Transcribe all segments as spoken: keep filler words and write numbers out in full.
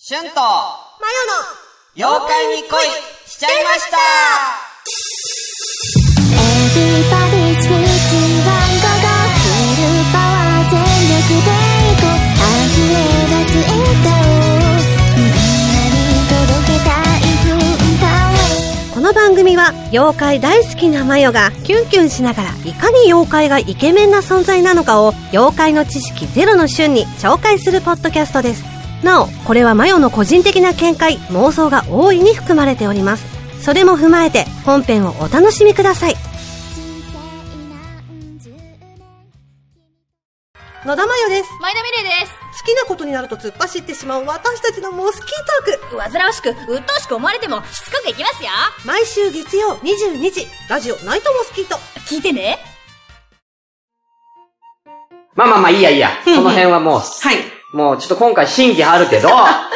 シュンとマヨの妖怪に恋しちゃいました。 この番組は妖怪大好きなマヨがキュンキュンしながらいかに妖怪がイケメンな存在なのかを妖怪の知識ゼロのシュンに紹介するポッドキャストです。なお、これはマヨの個人的な見解、妄想が大いに含まれております。それも踏まえて本編をお楽しみください。野田マヨです。 前田美玲です。 好きなことになると突っ走ってしまう私たちのモスキートーク。 煩わしく、鬱陶しく思われてもしつこくいきますよ。 毎週月曜にじゅうにじ、ラジオナイトモスキート。 聞いてね。 まあまあまあいいやいいや。その辺はもう。 はい。 もうちょっと今回審議あるけど。はい。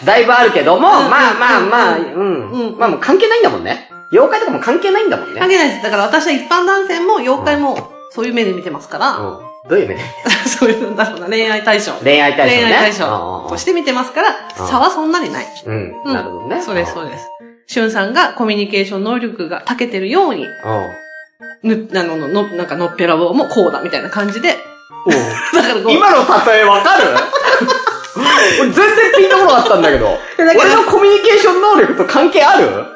だいぶあるけども、うん、まあまあまあ、うん。うん、まあもう関係ないんだもんね。妖怪とかも関係ないんだもんね。 関係ないです。だから私は一般男性も妖怪もそういう目で見てますから。うんうんどういう目でそういうのだろうな、恋愛対象。 恋愛対象ね。 恋愛対象として見てますから、差はそんなにない。 うん。うん、なるほどね。 そうです、そうです。しゅんさんがコミュニケーション能力が長けてるように、ぬ、あの、の、なんかのっぺらぼうもこうだみたいな感じで。 だからこう今の例えわかる俺全然ピンとこなかったんだけど。俺のコミュニケーション能力と関係あるだから、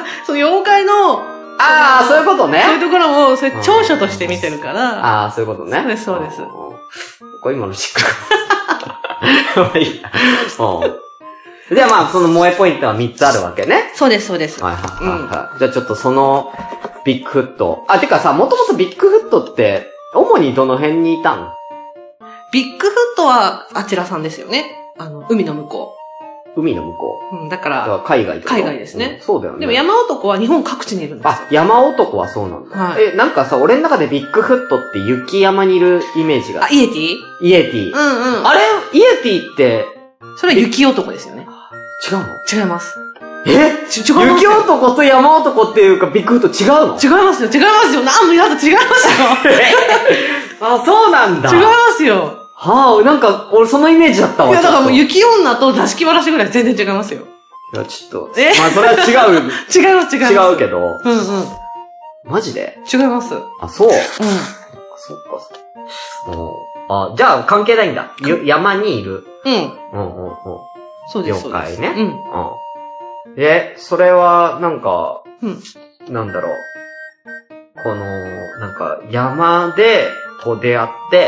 その妖怪の、 ああ、そういうことね。 そういうところを、それ長所として見てるから。 ああ、そういうことね。 そうです、そうです。 これ今のしっくり。まあいいや。じゃあまあ、その萌えポイントはみっつあるわけね。 そうです、そうです。 はいはいはい。じゃあちょっとその、ビッグフット。あ、てかさ、もともとビッグフットって、主にどの辺にいたの？ ビッグフットは、あちらさんですよね。あの、海の向こう。 海の向こう。うん、だから、 だから海外とか。 海外ですね、 うん。そうだよね。 でも山男は日本各地にいるんですよ。 あ、山男はそうなんだ。はい。え、なんかさ、俺の中でビッグフットって雪山にいるイメージが。 あ、イエティ？ イエティ。 うんうん。 あれ、イエティって、 それは雪男ですよね。 違うの？ 違います。 え？違います雪男と山男っていうかビッグフット違うの？ 違いますよ、違いますよ。なんもやだ、違いますよ。 あ、そうなんだ。 違いますよ。 はぁ、なんか、俺そのイメージだったわ。 いや、だからもう雪女と座敷わらしぐらい全然違いますよ。 いや、ちょっと。えまあ、それは違う。 違います、違います。 違うけど。 うんうん。 マジで？ 違います。 あ、そう。うん。 そっか、 そっか。あ、じゃあ関係ないんだ。山にいる。 うん。 うんうんうん。 そうです。 妖怪ね。 うん。 うん。で、それは、なんか、 うん。 なんだろう。この、なんか、山で、こう出会って、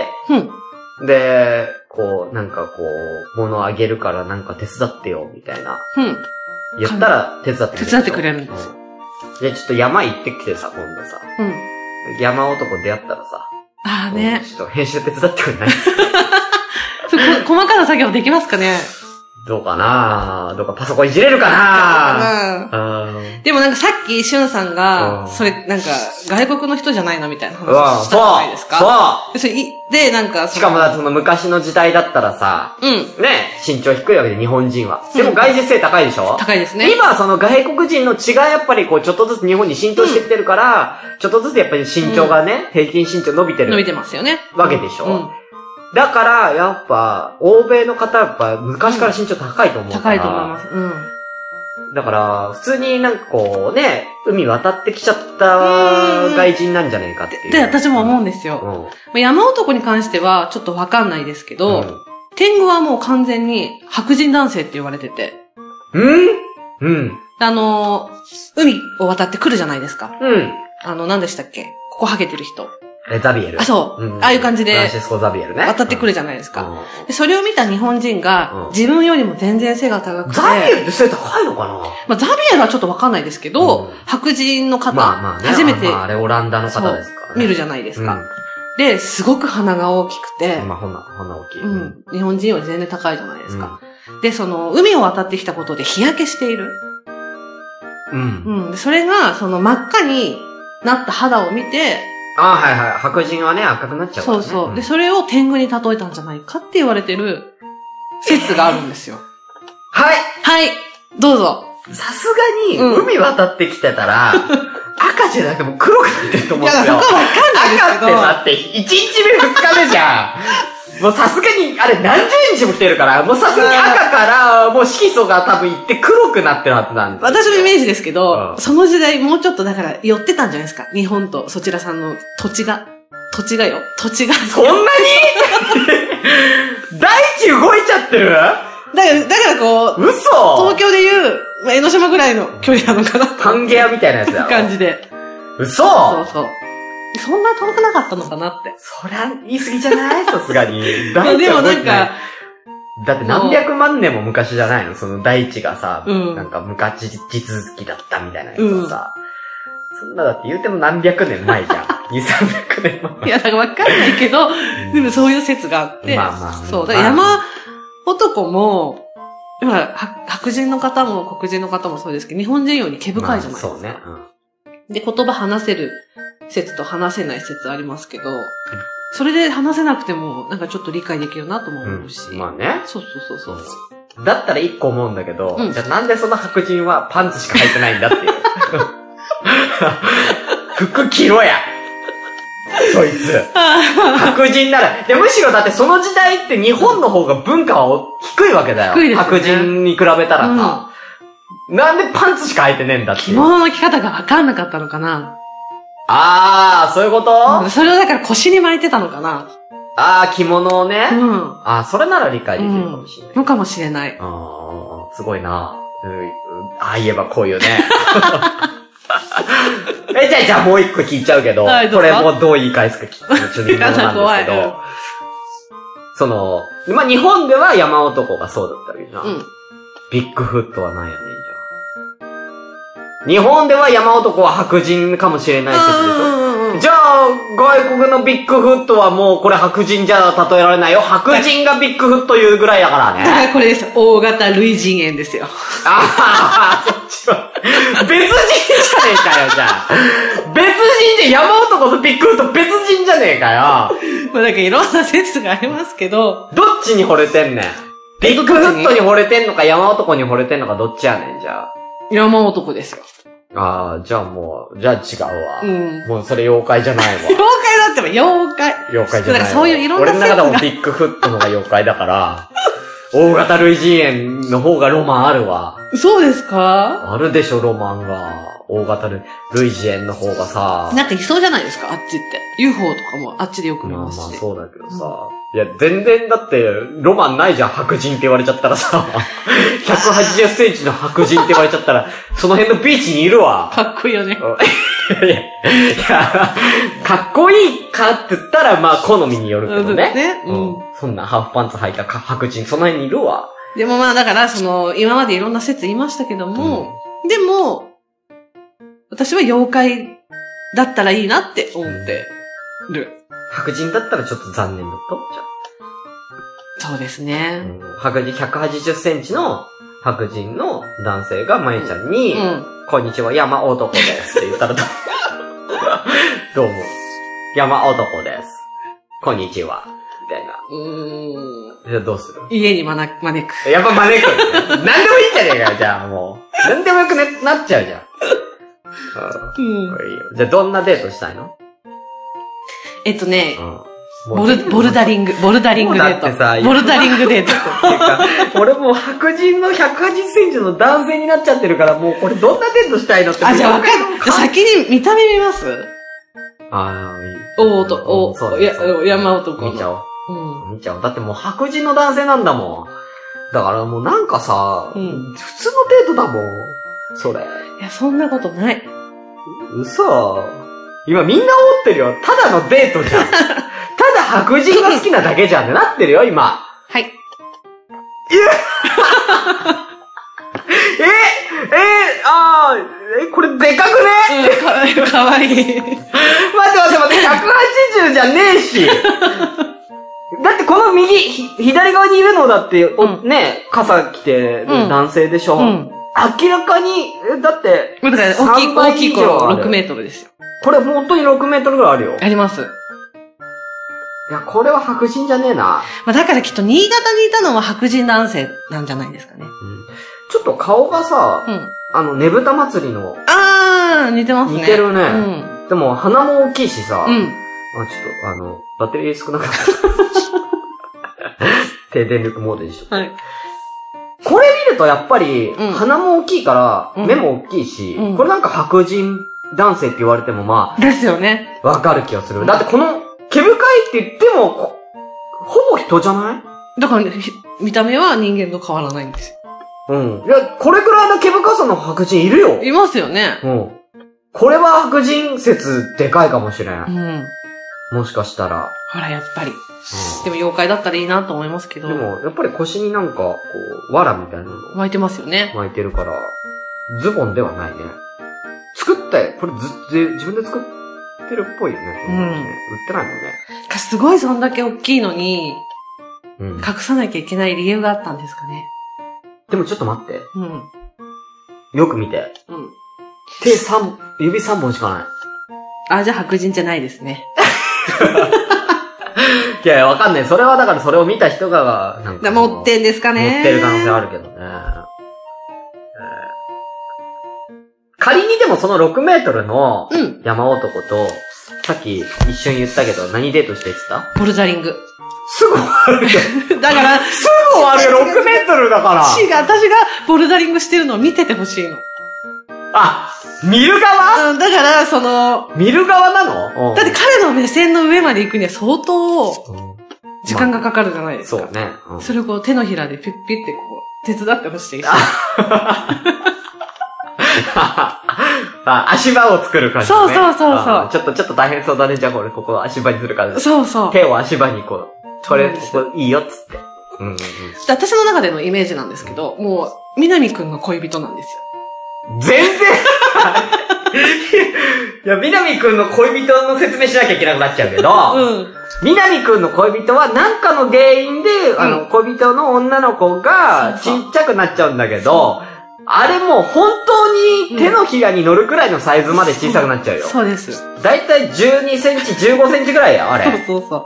うん。 で、こう、なんかこう、物あげるからなんか手伝ってよ、みたいな。 うん。 言ったら手伝ってくれる。 手伝ってくれるんですよ。 うん、じゃあちょっと山行ってきてさ、今度さ。 うん。 山男出会ったらさ。 ああね。 ちょっと編集手伝ってくれないそ細かな作業できますかね？ どうかなどうかパソコンいじれるかなうん。でもなんかさっき、しゅんさんが、それ、なんか、外国の人じゃないのみたいな話したじゃないですか。 そうそうで、なんか、 しかもだってその昔の時代だったらさ、 うん。 ね、身長低いわけで日本人は。でも外人性高いでしょ？ 高いですね。 今その外国人の血がやっぱりこうちょっとずつ日本に浸透してきてるから、うん、ちょっとずつやっぱり身長がね、平均身長伸びてる。 伸びてますよね。 わけでしょ？ うんだから、やっぱ、欧米の方はやっぱ昔から身長高いと思うから、うん。 高いと思います。うん。 だから、普通になんかこうね、海渡ってきちゃった外人なんじゃねえかっていう。 で、私も思うんですよ。うん、山男に関してはちょっとわかんないですけど、うん、天狗はもう完全に白人男性って言われてて。 うんうん。 あの、海を渡ってくるじゃないですか。 うん。 あの、何でしたっけ？ここハゲてる人。 え、ザビエル。 あ、そう。うん、ああいう感じで。 フランシスコ・ザビエルね。 渡ってくるじゃないですか。 うん、 でそれを見た日本人が、うん、自分よりも全然背が高くて。 ザビエルって背高いのかな？ まあ、ザビエルはちょっとわかんないですけど、うん、白人の方、まあまあね、初めて、 まあ、あれオランダの方ですからね。 見るじゃないですか。うん、で、すごく鼻が大きくて。 まあ、ほんな、ほんな大きい。 うん。日本人より全然高いじゃないですか。うん、で、その、海を渡ってきたことで日焼けしている。 うん。 うん。で、それが、その真っ赤になった肌を見て、 ああ、はいはい。白人はね、赤くなっちゃうからね。 そうそう。で、それを天狗に例えたんじゃないかって言われてる説があるんですよ。 はい。 はい。どうぞ。 さすがに、海渡ってきてたら、うん、赤じゃなくても黒くなってると思うんですよ。 いや、そこはわかんないですけど。 赤ってだって、いちにちめふつかめじゃん。 もうさすがに、あれ何十日も来てるから、もうさすがに赤から、もう色素が多分いって黒くなってるはずなんです。 私のイメージですけど、 うん、 その時代もうちょっとだから寄ってたんじゃないですか。日本とそちらさんの土地が。土地がよ。土地が。 そんなに大地動いちゃってる？ だから、だからこう、 嘘？ 東京でいう、まあ、江ノ島ぐらいの距離なのかな。 パンゲアみたいなやつだよ。 感じで。 嘘？ そうそう。そんな遠くなかったのかなって。 そりゃ、言い過ぎじゃない？さすがに。 大地は動いてない。でもなんか、 だって何百万年も昔じゃないの？その大地がさ、 うん、 なんか昔地続きだったみたいなやつをさ、うん、そんなだって言うても何百年前じゃん。二、三百年前。 いや、だからわかんないけど、でもそういう説があって、 まあまあ、 そう、だから山男も、今、白人の方も黒人の方もそうですけど、日本人より毛深いじゃないですか。まあ、そうね、うん。で、言葉話せる説と話せない説ありますけど、うん、それで話せなくても、なんかちょっと理解できるなとも思うし。 うん、まあね。 そうそうそうそう。 だったら一個思うんだけど、 うん、 じゃあなんでその白人はパンツしか履いてないんだっていう。服着ろや。そいつ。白人なら。で、むしろだってその時代って日本の方が文化は低いわけだよ。 低いですね。 白人に比べたらさ、うん。なんでパンツしか履いてねえんだって。 着物の着方がわかんなかったのかな。 あー、そういうこと、 うん、それをだから腰に巻いてたのかな。 あー、着物をね。 うん。 あー、それなら理解できるかもしれない。 うん、のかもしれない。 あー、すごいな。うん、ああ言えばこういうね。え、じゃあ、じゃあもう一個聞いちゃうけど、 はい、 これもうどう言い返すか聞いてちょっと疑問なんですけど、その、まあ、日本では山男がそうだったわけじゃん。うん。ビッグフットは何やねんじゃん。日本では山男は白人かもしれない説でしょ。じゃあ、外国のビッグフットはもうこれ白人じゃ例えられないよ。白人がビッグフット言うぐらいだからね。 だからこれです。大型類人猿ですよ。 ああ、そっちは。別人じゃねえかよ、じゃあ。別人じゃ、山男とビッグフット別人じゃねえかよ。 まあなんかいろんな説がありますけど。 どっちに惚れてんねん。ビッグフットに惚れてんのか山男に惚れてんのかどっちやねん、じゃあ。 山男ですよ。 ああ、じゃあもう、じゃあ違うわ。 うん。 もうそれ妖怪じゃないわ。 妖怪だってば妖怪。 妖怪じゃないわ。 だからそういういろんな説が。 俺の中でもビッグフットのが妖怪だから、大型類人猿の方がロマンあるわ。 そうですか？ あるでしょ、ロマンが。大型類人猿の方がさ。 なんかいそうじゃないですか、あっちって。ユーフォー とかもあっちでよく見ますし。 まあまあそうだけどさ。うん、いや、全然だって、ロマンないじゃん、白人って言われちゃったらさ。ひゃくはちじゅっセンチの白人って言われちゃったら、その辺のビーチにいるわ。 かっこいいよね。 いや、いや、かっこいいかって言ったら、まあ、好みによるけどね。 ね。うん。 そんなハーフパンツ履いた白人、その辺にいるわ。 でもまあ、だから、その、今までいろんな説言いましたけども、うん、でも、私は妖怪だったらいいなって思ってる。 白人だったらちょっと残念だったじゃん。そうですね。 うん、白人ひゃくはちじゅっセンチの白人の男性がまゆちゃんに、うんうん、こんにちは、山男ですって言ったらどうどう思う？山男です。こんにちは。みたいな。うーん。じゃあどうする？ 家に招く、招く。 やっぱ招く、ね。何でもいいんじゃねえかよ、じゃあもう。何でもよくね、なっちゃうじゃん。うん。いいよ。じゃあどんなデートしたいの？ えっとね、うん、ボル、ボルダリング、ボルダリングデート。ボルダリングデート。っていうか、 俺もう白人のひゃくはちじゅっセンチの男性になっちゃってるから、もうこれどんなデートしたいのって。 あ、じゃあわかる。じゃあ先に見た目見ます？ ああ、いい。 おーと、おー、そうや、山男。 見ちゃおう。うん。見ちゃおう。だってもう白人の男性なんだもん。だからもうなんかさ、うん、普通のデートだもん。それ。 いや、そんなことない。 嘘。今みんな思ってるよ。ただのデートじゃん。ただ白人が好きなだけじゃんってなってるよ、今。 はい。 えええあーえ、これでかくね、 うん、かわいい。かわいい。待って待って待って、ひゃくはちじゅうじゃねえし。だってこの右、左側にいるのだって、うん、ね、傘着てる男性でしょ、うんうん、明らかに、だって、 だから大きい、大きい頃ろくメートルですよ。 これ本当にろくメートルぐらいあるよ。 あります。 いや、これは白人じゃねえな。 まあだからきっと新潟にいたのは白人男性なんじゃないですかね。うん。 ちょっと顔がさ、うん、あの、ねぶた祭りの。 あー、似てますね。 似てるね。 うん。 でも鼻も大きいしさ、 うん。 あ、ちょっと、あの、バッテリー少なかった。 低電力モードにしとく。 はい。 これ見るとやっぱり、 うん、 鼻も大きいから、目も大きいし、うん、これなんか白人男性って言われてもまあ。 ですよね。 わかる気がする。だってこの、毛深いって言っても、ほぼ人じゃない？ だから、ね、見た目は人間と変わらないんですよ。 うん。いや、これくらいの毛深さの白人いるよ。 いますよね。 うん。これは白人説でかいかもしれん。うん。もしかしたら。 ほら、やっぱり。うん、でも妖怪だったらいいなと思いますけど。 でも、やっぱり腰になんか、こう、藁みたいなの。 巻いてますよね。 巻いてるから、ズボンではないね。作って、これず、自分で作ってるっぽいよね。うん。売ってないもんね。 すごいそんだけ大きいのに、 うん、 隠さなきゃいけない理由があったんですかね。 でもちょっと待って。 うん。 よく見て。 うん。 手三、指三本しかない。 あ、じゃあ白人じゃないですね。 いやいや、わかんない。それはだからそれを見た人が、なんか。 持ってんですかね。 持ってる可能性あるけどね。えー、仮にでもそのろくメートルの山男と、うん、さっき一瞬言ったけど、何デートして言ってた？ ボルダリング。 すぐ終わるよ。 だから、 すぐ終わるよ、ろくメートルだから。 違う、私がボルダリングしてるのを見ててほしいの。 あ、見る側？ うん、だから、その、 見る側なの？ だって彼の目線の上まで行くには相当、時間がかかるじゃないですか。 まあ、そうね、 うん。それをこう手のひらでピュッピュってこう、手伝ってほしいし。あ、足場を作る感じ、ね。 そうそうそうそう。 ちょっと、ちょっと大変そうだね。じゃあこれ、ここ足場にする感じ。 そうそう。 手を足場にこう、これ、ここいいよっつって。うんうんうん、 私の中でのイメージなんですけど、もう、南くんの恋人なんですよ。 全然いや、南くんの恋人の説明しなきゃいけなくなっちゃうけど、うん、南くんの恋人は何かの原因で、うん、あの、恋人の女の子がちっちゃくなっちゃうんだけど、あれもう本当に手のひらに乗るくらいのサイズまで小さくなっちゃうよ。 そうです。 だいたいじゅうにセンチ、じゅうごセンチくらいや、あれ。 そうそうそう。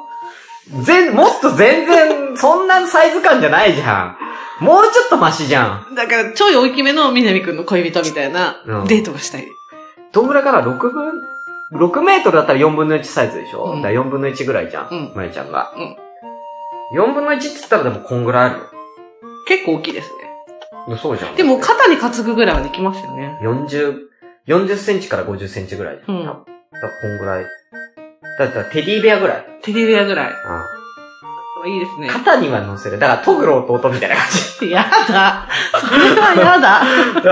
全、もっと全然、そんなサイズ感じゃないじゃん。もうちょっとマシじゃん。だから、ちょい大きめの南くんの恋人みたいなデートがしたい。うん、 どんぐらいかな ?ろく 分、ろくメートルだったらよんぶんのいちサイズでしょ、うん、だからよんぶんのいちぐらいじゃん。うん。まゆちゃんが。うん。よんぶんのいちって言ったらでもこんぐらいあるよ。 結構大きいですね。そうじゃん。 でも肩に担ぐぐらいはできますよね。 よんじゅう、よんじゅっセンチからごじゅっセンチぐらいじゃん。うん。だからこんぐらい。だったらテディベアぐらい。 テディベアぐらい。 うん。 いいですね。 肩には乗せる。だから、トグロ弟みたいな感じ。 やだ。それはやだ。 だから、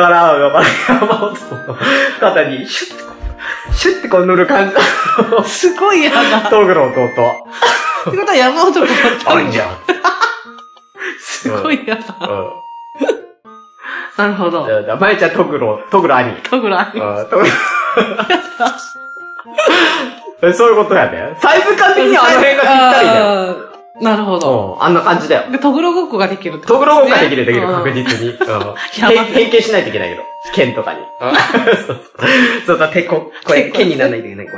だから、山本の肩に、シュッてこう、シュッてこう乗る感じ。すごいやだ。 トグロ弟。 ってことは山本があるじゃん。 すごいやだ。うん。なるほど。 まゆちゃんトグロ、トグロ兄。 トグロ兄。 うん、トグロ。そういうことやね。サイズ感的にはあの辺がぴったりだよ。 なるほど。 うん、あんな感じだよ。 で、トグロごっこができるってことトグロごっこができる、できる、確実に。うん。変形しないといけないけど。剣とかに。そうそう。そうだ、手こ、これ、剣にならないといけない、こ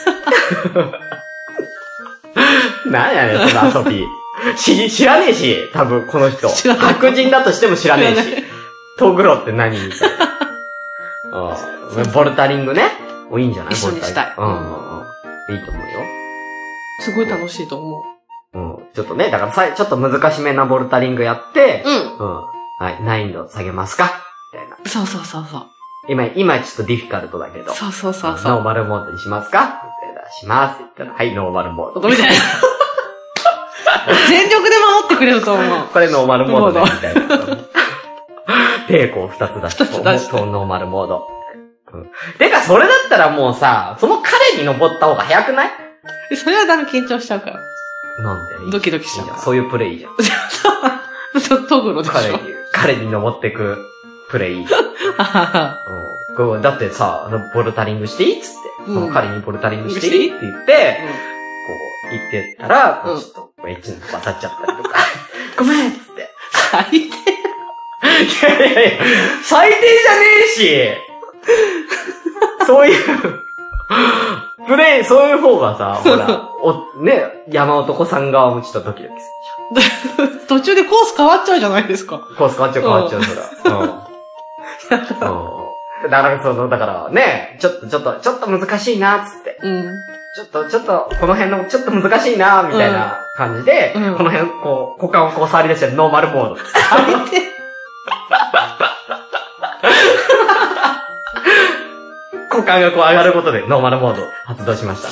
れ。なんやねん、その遊び。知、知らねえし、多分、この人。白人だとしても知らねえし。トグロって何みたいな。ボルタリングね。お、いいんじゃない？ 一緒にしたい。 うんうんうん。いいと思うよ。 すごい楽しいと思う。 うん。ちょっとね、だからさ、ちょっと難しめなボルタリングやって、 うん。 うん。はい、難易度下げますかみたいな。 そうそうそうそう。 今、今ちょっとディフィカルトだけど。 そうそうそうそう。 ノーマルモードにしますかみたいな、しますって言ったら、はい、ノーマルモード。 みたいな。全力で守ってくれると思う。 これノーマルモードね、みたいな。抵抗二つ出して。 二つ出して。 ノーマルモード。うん。てか、それだったらもうさ、その彼に登った方が早くない？ それはダメ、緊張しちゃうから。 なんで？ ドキドキしちゃうから。 そういうプレイじゃん。 そう、トグロでしょ。 彼に、彼に登ってくプレイ。うん。こうだってさ、ボルタリングしていいっつって、うん、その彼にボルタリングしていいって言って、うん、こう、言ってたら、うん、ちょっと、エッチに渡っちゃったりとか、ごめんっつって。 最低。 いやいやいや、最低じゃねえし、そういう、プレイ、そういう方がさ、ほら、お、ね、山男さん側もちょっとドキドキするじゃん。途中でコース変わっちゃうじゃないですか。 コース変わっちゃう変わっちゃう、そら。うん。うん。だから、その、だからね、ちょっと、ちょっと、ちょっと難しいな、つって。うん。ちょっと、ちょっと、この辺の、ちょっと難しいな、みたいな感じで、うん、この辺、こう、股間をこう触り出してるノーマルモード。触りて股間がこう上がることでノーマルモードを発動しました。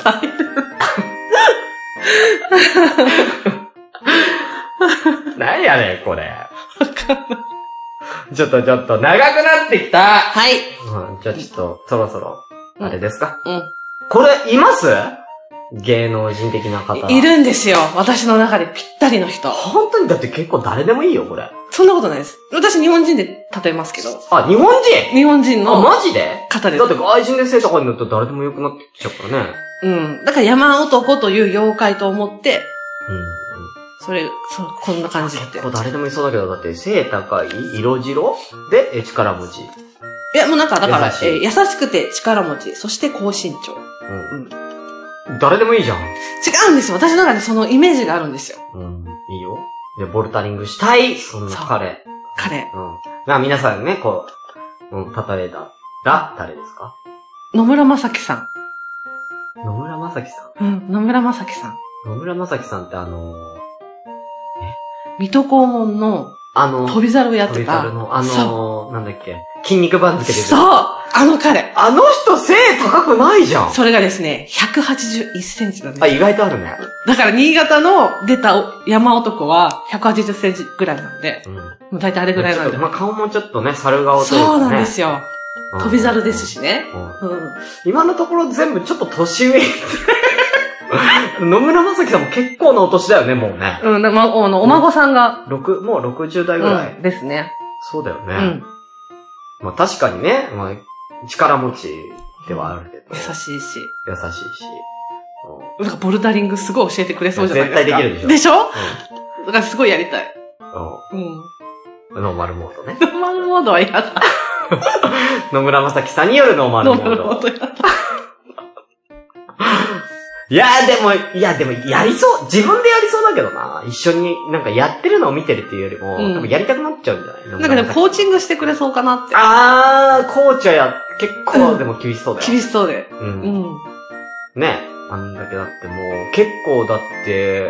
何やねん、これ。ちょっとちょっと長くなってきた。 はい。 うん、じゃあちょっと、そろそろ、あれですか、 うん、うん。 これ、います芸能人的な方。 いるんですよ。私の中でぴったりの人。 本当にだって結構誰でもいいよ、これ。 そんなことないです。私日本人で例えますけど。 あ、日本人日本人の。 あ、マジで方です。 だって外人で背高いのって誰でも良くなってきちゃうからね。 うん。だから山男という妖怪と思って、うん、うん。それ、そう、こんな感じって。 結構誰でもいそうだけど、だって背高い、色白で、え、力持ち。 いや、もうなんか、だから、優し, え優しくて力持ち、そして高身長。 うん。うん、誰でもいいじゃん。違うんですよ。私の中でそのイメージがあるんですよ。 うん。いいよ。で、ボルタリングしたい、そんな彼。 彼。 うん。まあ皆さんね、こう、うん、例えたら、誰ですか？ 野村正樹さん。 野村正樹さんうん、野村正樹さん。 野村正樹さんってあのー、 え水戸黄門の、あの、飛び猿をやってた。飛び猿の、あのー、なんだっけ、筋肉番付で。 そうあの彼あの人背高くないじゃん。 それがですね、ひゃくはちじゅういちセンチなんです。 あ、意外とあるね。 だから新潟の出た山男はひゃくはちじゅっセンチぐらいなんで、うん、もう大体あれぐらいなんで。 まあ、顔もちょっとね、猿顔というかね。 そうなんですよ。飛び猿ですしね。 うんうん、今のところ全部ちょっと年上。野村正樹さんも結構なお年だよね、もうね。 うん、ま、あの、お孫さんが。 六、もうろくじゅう代ぐらい、 うん。ですね。 そうだよね。うん。まあ確かにね、まあ、力持ちではあるけど。 優しいし。 優しいし。 うん。なんかボルダリングすごい教えてくれそうじゃないですか。 絶対できるでしょ。 でしょ？うん。だからすごいやりたい。 うん。うん。ノーマルモードね。 ノーマルモードは嫌だ。 野村正樹さんによるノーマルモード。ノーマルモードやだ。いやーでも、いやでもやりそう、自分でやりそうだけどな。一緒になんかやってるのを見てるっていうよりも、うん、多分やりたくなっちゃうんじゃない？ なんかでもコーチングしてくれそうかなって。 あー、コーチはや、結構でも厳しそうだよ。 厳しそうで。 うん。うん。ねあんだけだってもう、結構だって、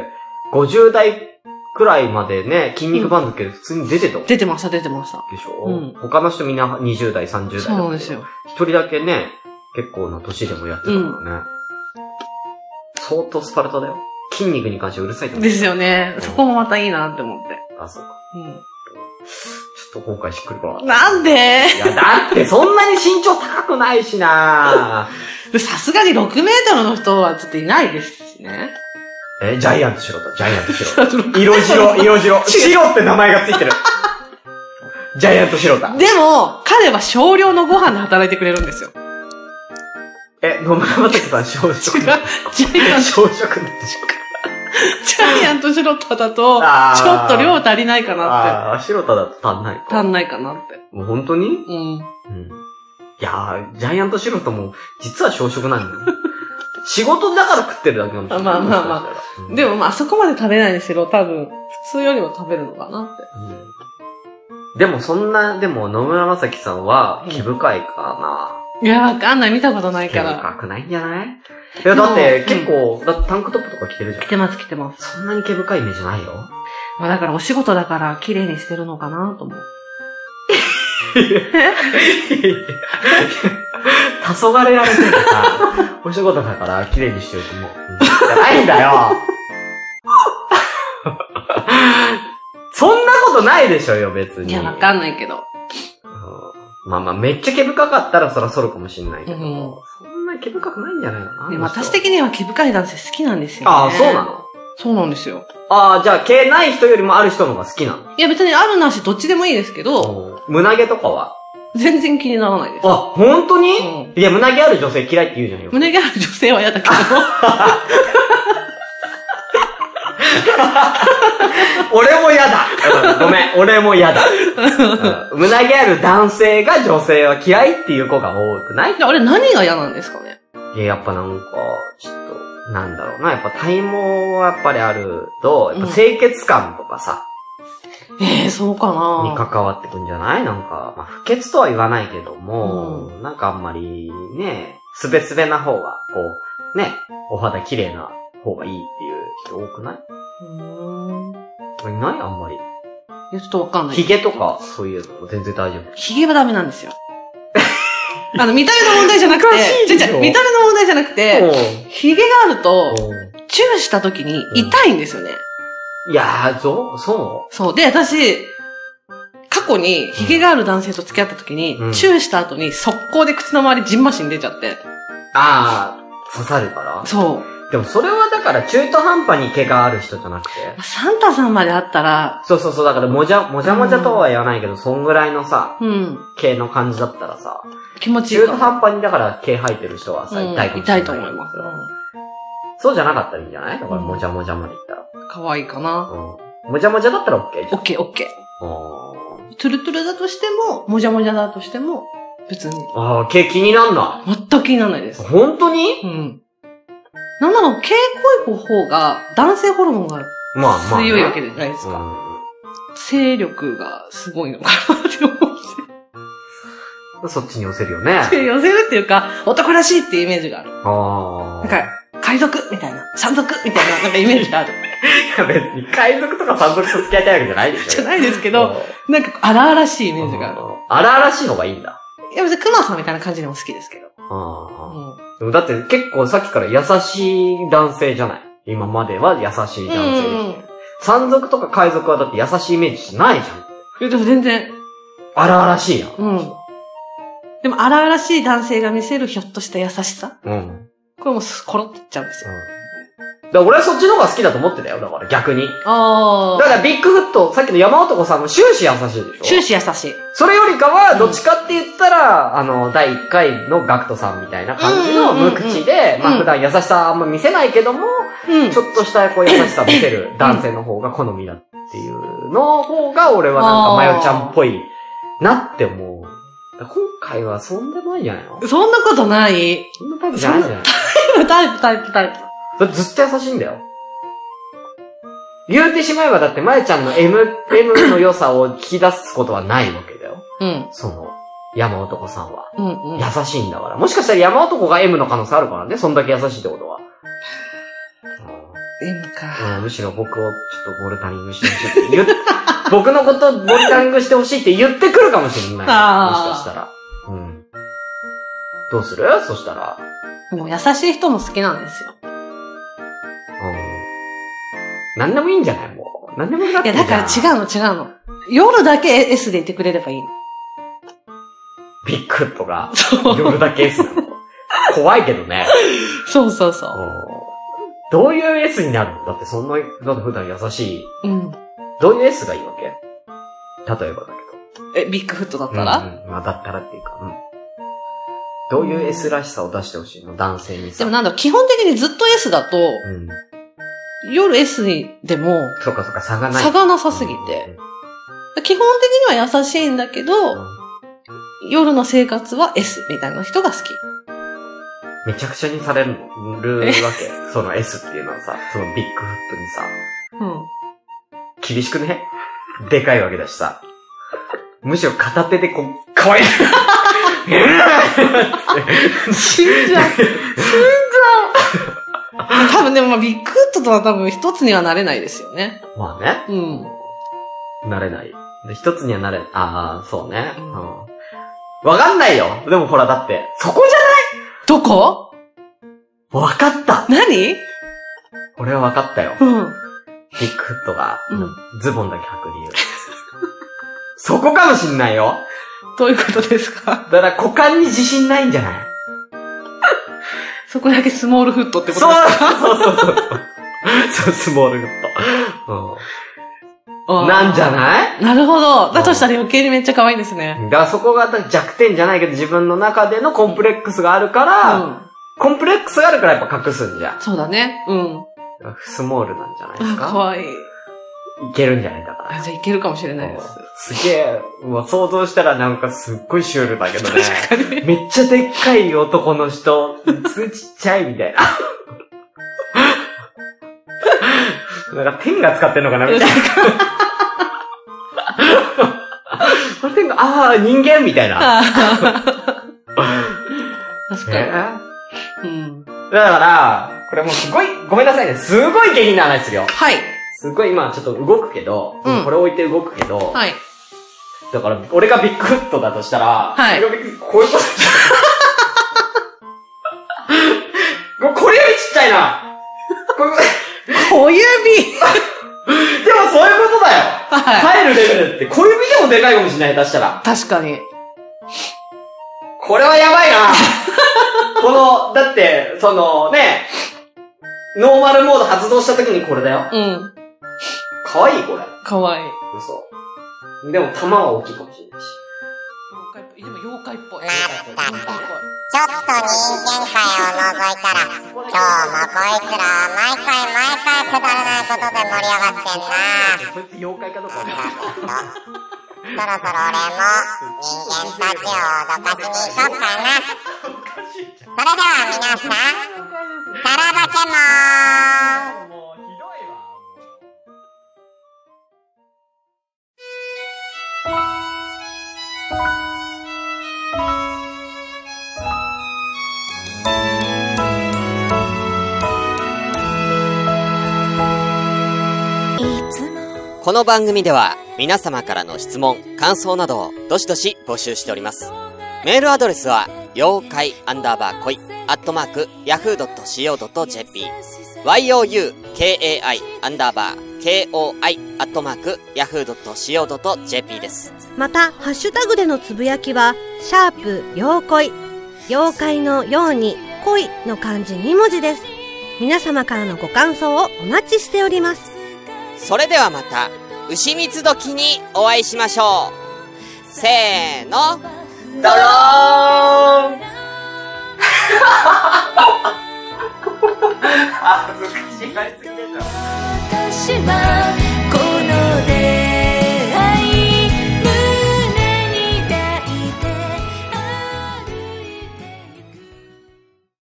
ごじゅう代くらいまでね、筋肉番付で普通に出てたもん、 うん、出てました、出てました。 でしょ？うん。他の人みんなにじゅう代、さんじゅう代だ。 そうなんですよ。 一人だけね、結構な年でもやってたからね。うん相当スパルタだよ。筋肉に関してうるさいと思う。 ですよね。そこもまたいいなって思って。 あ、そうか。 うん。 ちょっと今回しっくりこなかった。 なんで？ いや、だってそんなに身長高くないしなさすがにろくメートルの人はちょっといないですしね。 え、ジャイアント白だ、ジャイアント白。色白、色白。白って名前がついてる。ジャイアント白だ。 でも、彼は少量のご飯で働いてくれるんですよ。 え、野村正樹さん、小食。違う。 ジャイアント。 小食なんでしょうか。 ジャイアント白田だと、ちょっと量足りないかなって。 ああ、白田だと足んないか。 足んないかなって。 もう本当に？うん。うん。いやー、ジャイアント白田も、実は小食なんだよ。仕事だから食ってるだけなんだよ。 まあまあまあ。うん、でもまあ、あそこまで食べないにしろ、多分、普通よりも食べるのかなって。 うん、でもそんな、でも野村正樹さんは、毛深いかな。 うんいや、わかんない。見たことないから。 毛深くないんじゃない？いや、だって、結構、うん、だってタンクトップとか着てるじゃん。 着てます、着てます。 そんなに毛深いイメージないよ。 まあだからお仕事だから綺麗にしてるのかなと思う。 黄昏られてるさ、お仕事だから綺麗にしてると思う。じゃないんだよ。そんなことないでしょよ、別に。 いや、わかんないけど。 まあまあ、めっちゃ毛深かったらそらそるかもしんないけど、うん、そんな毛深くないんじゃないかな。 でも私的には毛深い男性好きなんですよね。 ああ、そうなの？ そうなんですよ。 ああ、じゃあ毛ない人よりもある人の方が好きなの？ いや別にあるなしどっちでもいいですけど。 胸毛とかは？ 全然気にならないです。 あ、本当に？うん、いや、胸毛ある女性嫌いって言うじゃんよ。 胸毛ある女性は嫌だけど。 俺も嫌だ、うん、ごめん、俺も嫌だ、うん、胸毛ある男性が女性は嫌いっていう子が多くない？ あれ何が嫌なんですかね？ いや、やっぱなんか、ちょっと、なんだろうな、やっぱ体毛はやっぱりあると、やっぱ清潔感とかさ、 うん、ええー、そうかなに関わってくんじゃない？なんか、まあ、不潔とは言わないけども、うん、なんかあんまりね、すべすべな方が、こう、ね、お肌綺麗な方がいいっていう人多くない？ うーん。 これないあんまり。 いや、ちょっとわかんない。 髭とか、そういうの全然大丈夫。 髭はダメなんですよ。あの、見た目の問題じゃなくて、ちょちょ見た目の問題じゃなくて、髭があると、チューした時に痛いんですよね。 いやー、そうそうそう。で、私、過去に髭がある男性と付き合った時に、うん、チューした後に速攻で口の周りジンマシン出ちゃって。 あー、刺さるから。 そう。 でもそれはだから中途半端に毛がある人じゃなくて。 サンタさんまであったら。 そうそうそう、だからもじゃ、もじゃもじゃとは言わないけど、うん、そんぐらいのさ、うん、毛の感じだったらさ、 気持ちいい。 中途半端にだから毛生えてる人はさ、痛いかもしれない。 痛いと思います。 そうじゃなかったらいいんじゃないだからもじゃもじゃまでいったら。 可愛いかな。 うん。もじゃもじゃだったら OK じゃん。 OK、OK。トゥルトゥルだとしても、もじゃもじゃだとしても、別に。 ああ、毛気になんない。 全く気にならないです。 本当に？ うん。なんなら、毛濃い方が、男性ホルモンがまあまあ、 強いわけじゃないですか。うん、精力がすごいのかなって思って。 そっちに寄せるよね。 寄せるっていうか、男らしいっていうイメージがある。 ああ。 なんか、海賊みたいな、山賊みたいな、なんかイメージがある。 いや別に海賊とか山賊と付き合いたいわけじゃないでしょ。 じゃないですけど、なんか荒々しいイメージがある。 荒々しいのがいいんだ。 いや別に熊さんみたいな感じでも好きですけど。 ああ、うん。でもだって結構さっきから優しい男性じゃない。今までは優しい男性です、うんうん。山賊とか海賊はだって優しいイメージじゃないじゃん。 いやでも全然。 荒々しいやん。 うん。でも荒々しい男性が見せるひょっとした優しさ。うん。これもコロッといっちゃうんですよ。うんだから俺はそっちの方が好きだと思ってたよ。だから逆に。 ああ。 だからビッグフット、さっきの山男さんの終始優しいでしょ？ 終始優しい。 それよりかは、どっちかって言ったら、うん、あの、だいいっかいのガクトさんみたいな感じの無口で、うんうんうん、まあ普段優しさあんま見せないけども、うん、ちょっとしたこう優しさ見せる男性の方が好みだっていうの方が、俺はなんかマヨちゃんっぽいなって思う。今回はそんでもないんじゃないの？ そんなことない。 そんなタイプじゃないじゃないタイプ、タイプ、タイプ、タイプ。 ずっと優しいんだよ。言うてしまえばだってまえちゃんの M、M の良さを引き出すことはないわけだよ。うん。その、山男さんは。うんうん。優しいんだから。もしかしたら山男が M の可能性あるからね。そんだけ優しいってことは。 M か。 うん、むしろ僕をちょっとボルタリングしてほしいって言っ、僕のことボルタリングしてほしいって言ってくるかもしれない。もしかしたら。うん。どうする？そしたら。 もう優しい人も好きなんですよ。 なんでもいいんじゃないもう。なんでもいいだっていや、だから違うの違うの。夜だけ S でいてくれればいいの。 ビッグフットが夜だけ S なの。怖いけどね。 そうそうそう。 どういう S になるの？だってそんな、だって普段優しい。うん。どういう S がいいわけ？例えばだけど。え、ビッグフットだったら？ うん、うん。まあだったらっていうか、うん。どういう S らしさを出してほしいの？男性にさ。 でもなんだろ、基本的にずっと S だと、うん夜 S にでも、 そうかそうか、差がない。 差がなさすぎて。うん、基本的には優しいんだけど、うん、夜の生活は S みたいな人が好き。 めちゃくちゃにされるわけ。その S っていうのはさ、そのビッグフットにさ。うん。厳しくね？でかいわけだしさ。むしろ片手でこう、可愛い。 死んじゃう。死んじゃう。多分でもまあビッグフットとは多分一つにはなれないですよね。 まあね。うん。なれない。一つにはなれ、ああ、そうね。うん。わ、うん、かんないよ。でもほらだって、そこじゃない？ どこ？ わかった。 何？ 俺はわかったよ。うん。ビッグフットが、うん、ズボンだけ履く理由。そこかもしんないよ。 どういうことですか？ だから股間に自信ないんじゃない？ そこだけスモールフットってことですか？ そうそうそうそう。そう、スモールフット。うん。なんじゃない？ なるほど。だとしたら余計にめっちゃ可愛いですね。 だからそこが弱点じゃないけど自分の中でのコンプレックスがあるから、うん、コンプレックスがあるからやっぱ隠すんじゃん。 そうだね。うん。 スモールなんじゃないですか？ 可愛い。 いけるんじゃないだから。 あ、じゃあいけるかもしれないです。 すげえ、もう想像したらなんかすっごいシュールだけどね。確かに。めっちゃでっかい男の人、つちっちゃいみたいな。なんかペンが使ってんのかなみたいな。ペンが、ああ、人間みたいな。 確かに。えー、 うん。だから、これもうすごい、ごめんなさいね。すごい下品な話するよ。 はい。 すごい今ちょっと動くけど、うん、これ置いて動くけど、 はい。 だから、俺がビッグフットだとしたら、 はい。 俺がビッグこういうこと小指ちっちゃいな。 小指でもそういうことだよ。はい。入るレベルって小指でもでかいかもしれない、出したら。 確かに。 これはやばいな。この、だって、そのね、ノーマルモード発動した時にこれだよ。 うん。 かわいいこれ。 かわいい。 嘘。でも弾は大きいかもしれないし。 妖怪っぽい。でも妖怪っぽい。 まったく。ちょっと人間界を覗いたら、今日もこいつら毎回毎回くだらないことで盛り上がってんな。 そいつ妖怪かどうかわかんない。 そろそろ俺も人間たちを脅かしに行こうかな。それでは皆さん、さらばけもーん。もうひどいわ。 この番組では皆様からの質問、感想などをどしどし募集しております。メールアドレスは妖怪アンダーバー恋アットマークヤフードットシーオードットジェーピー youkai アンダーバー koi アットマークヤフードットシーオードットジェーピー です。 またハッシュタグでのつぶやきはシャープ妖怪、妖怪のように恋の漢字に文字です。皆様からのご感想をお待ちしております。 それではまた牛蜜時にお会いしましょう。せーの、 ドローン恥ずかしい、やりすぎでしょ。